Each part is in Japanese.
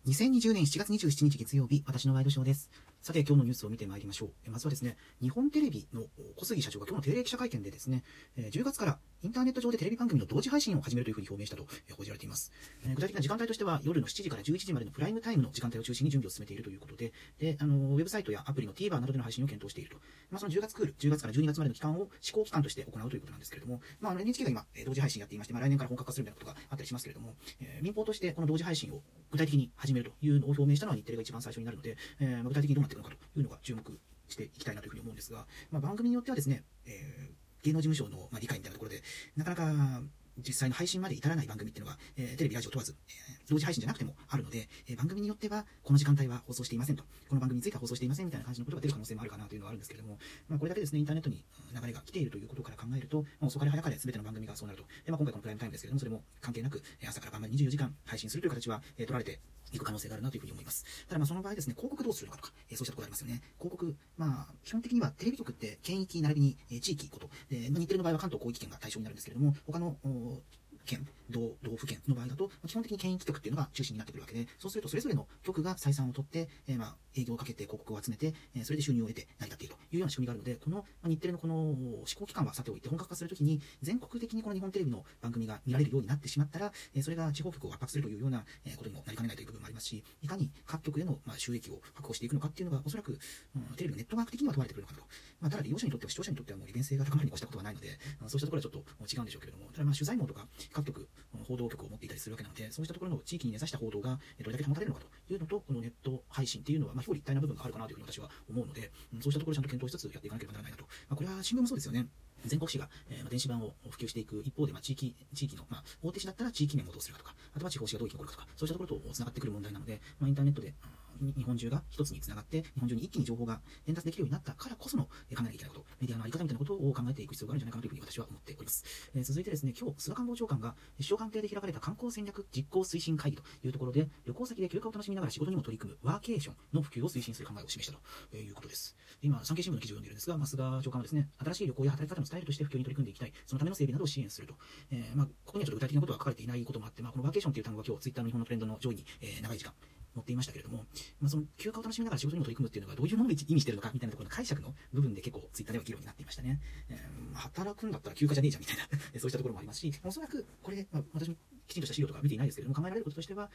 2020年7月27日月曜日、私のワイドショーです。さて、今日のニュースを見てまいりましょう。まずはですね、日本テレビの小杉社長が今日の定例記者会見でですね、10月からインターネット上でテレビ番組の同時配信を始めるというふうに表明したと報じられています。具体的な時間帯としては、夜の7時から11時までのプライムタイムの時間帯を中心に準備を進めているということで、ウェブサイトやアプリの TVer などでの配信を検討していると。その10月クール、10月から12月までの期間を試行期間として行うということなんですけれども、NHK が今、同時配信やっていまして、来年から本格化するみたいなことがあったりしますけれども、民放としてこの同時配信を具体的に始めるというのを表明したのは日テレが一番最初になるので、具体的にどうなっていくのかというのが注目していきたいなというふうに思うんですが、番組によってはですね、芸能事務所の理解みたいなところで、なかなか実際の配信まで至らない番組っていうのが、テレビ、ラジオ問わず、同時配信じゃなくてもあるので、番組によってはこの時間帯は放送していませんと、この番組については放送していませんみたいな感じのことが出る可能性もあるかなというのはあるんですけれども、これだけですね、インターネットに流れが来ているということから考えると、遅かれ早かれ全ての番組がそうなると。今回このプライムタイムですけれども、それも関係なく、朝から晩まで24時間配信するという形は、取られていく可能性があるなというふうに思います。ただその場合ですね、広告どうするのかとか、そうしたところありますよね。広告、基本的にはテレビ局って県域並びに、地域こと、日テレの場合は関東広域圏が対象になるんですけれども、他の県、道府県の場合だと、基本的に県域局っていうのが中心になってくるわけで、そうするとそれぞれの局が採算を取って、営業をかけて広告を集めて、それで収入を得て成り立っているというような仕組みがあるので、この日テレのこの施行期間はさておいて本格化するときに、全国的にこの日本テレビの番組が見られるようになってしまったら、それが地方局を圧迫するというようなことにもなりかねないという部分もありますし、いかに各局への収益を確保していくのかっていうのが、おそらく、テレビのネットワーク的には問われてくるのかなと。ただ利用者にとっては視聴者にとってはもう利便性が高まるに越したことはないので、そうしたところはちょっと違うんでしょうけれども、ただ取材網とか各局、報道局を持っていたりするわけなので、そうしたところの地域に根ざした報道がどれだけ保たれるのかというのと、このネット配信っていうのは、表裏一体な部分があるかなというふうに私は思うので、そうしたところをちゃんと検討しつつやっていかなければならないなと。これは新聞もそうですよね。全国紙が、電子版を普及していく一方で、地域の、大手紙だったら地域面をどうするかとか、あとは地方紙がどう生き残るかとか、そうしたところと繋がってくる問題なので、インターネットで、日本中が一つに繋がって、日本中に一気に情報が伝達できるようになったからこその、考えなきゃいけないこと、メディアのあり方みたいなことを考えていく必要があるんじゃないかなというふうに私は思っております。続いてですね、今日、菅官房長官が、首相官邸で開かれた観光戦略実行推進会議というところで、旅行先で休暇を楽しみながら仕事にも取り組むワーケーションの普及を推進する考えを示したということです。今、産経新聞の記事を読んでいるんですが、菅長官はですね、新しい旅行や働き方のスタイルとして普及に取り組んでいきたい、そのための整備などを支援すると。ここにはちょっと具体的なことは書かれていないこともあって、このワーケーションという単語が今日、ツイッターの日本のトレンドの上位に、長い時間、載っていましたけれども、その休暇を楽しみながら仕事にも取り組むっていうのがどういうものを意味しているのかみたいなところの解釈の部分で結構ツイッターでは議論になっていましたね。働くんだったら休暇じゃねえじゃんみたいなそうしたところもありますし、おそらくこれ、私もきちんとした資料とか見ていないですけれども、考えられることとしては、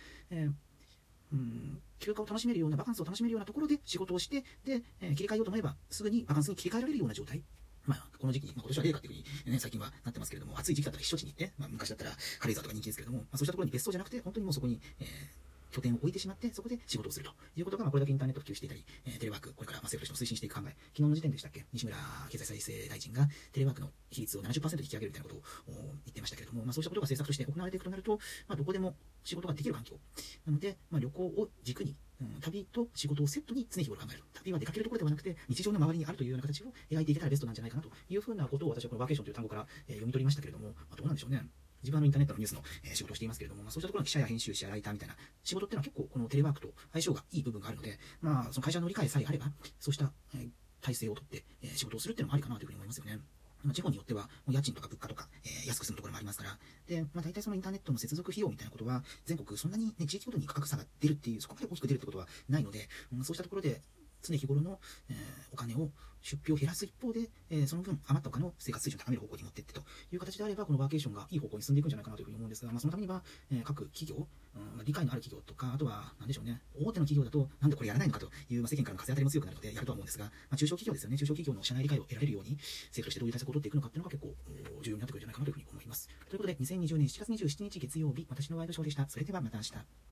休暇を楽しめるような、バカンスを楽しめるようなところで仕事をして、で、切り替えようと思えばすぐにバカンスに切り替えられるような状態。この時期、今年は冷夏っていう風に、最近はなってますけれども、暑い時期だったら避暑地に行って、昔だったら軽井沢とか人気ですけれども、そうしたところに別荘じゃなくて、本当にもうそこに、拠点を置いてしまって、そこで仕事をするということが、これだけインターネット普及していたり、テレワーク、これから政府としても推進していく考え、昨日の時点でしたっけ、西村経済再生大臣がテレワークの比率を 70% 引き上げるみたいなことを言ってましたけれども、そうしたことが政策として行われていくとなると、どこでも仕事ができる環境。なので、旅行を軸に、旅と仕事をセットに常日頃考える。旅は出かけるところではなくて、日常の周りにあるというような形を描いていけたらベストなんじゃないかなというふうなことを私はこのワーケーションという単語から、読み取りましたけれども、どうなんでしょうね。自分はインターネットのニュースの、仕事をしていますけれども、そうしたところの記者や編集者やライターみたいな仕事っていうのは結構このテレワークと相性がいい部分があるので、その会社の理解さえあれば、そうした、体制をとって、仕事をするっていうのもありかなというふうに思いますよね。地方によっては、家賃とか物価とか、安く済むところもありますから、で、大体そのインターネットの接続費用みたいなことは、全国そんなにね、地域ごとに価格差が出るっていう、そこまで大きく出るってことはないので、そうしたところで、常日頃の、お金を出費を減らす一方で、その分余ったお金を生活水準を高める方向に持っていってという形であれば、このワーケーションがいい方向に進んでいくんじゃないかなというふうに思うんですが、そのためには、各企業、理解のある企業とか、あとは、なんでしょうね、大手の企業だと、なんでこれやらないのかという、世間からの風当たりも強くなるので、やるとは思うんですが、中小企業ですよね、中小企業の社内理解を得られるように、政府としてどういう対策を取っていくのかっていうのが結構、重要になってくるんじゃないかなというふうに思います。ということで、2020年7月27日月曜日、私のワイドショーでした。それではまた明日。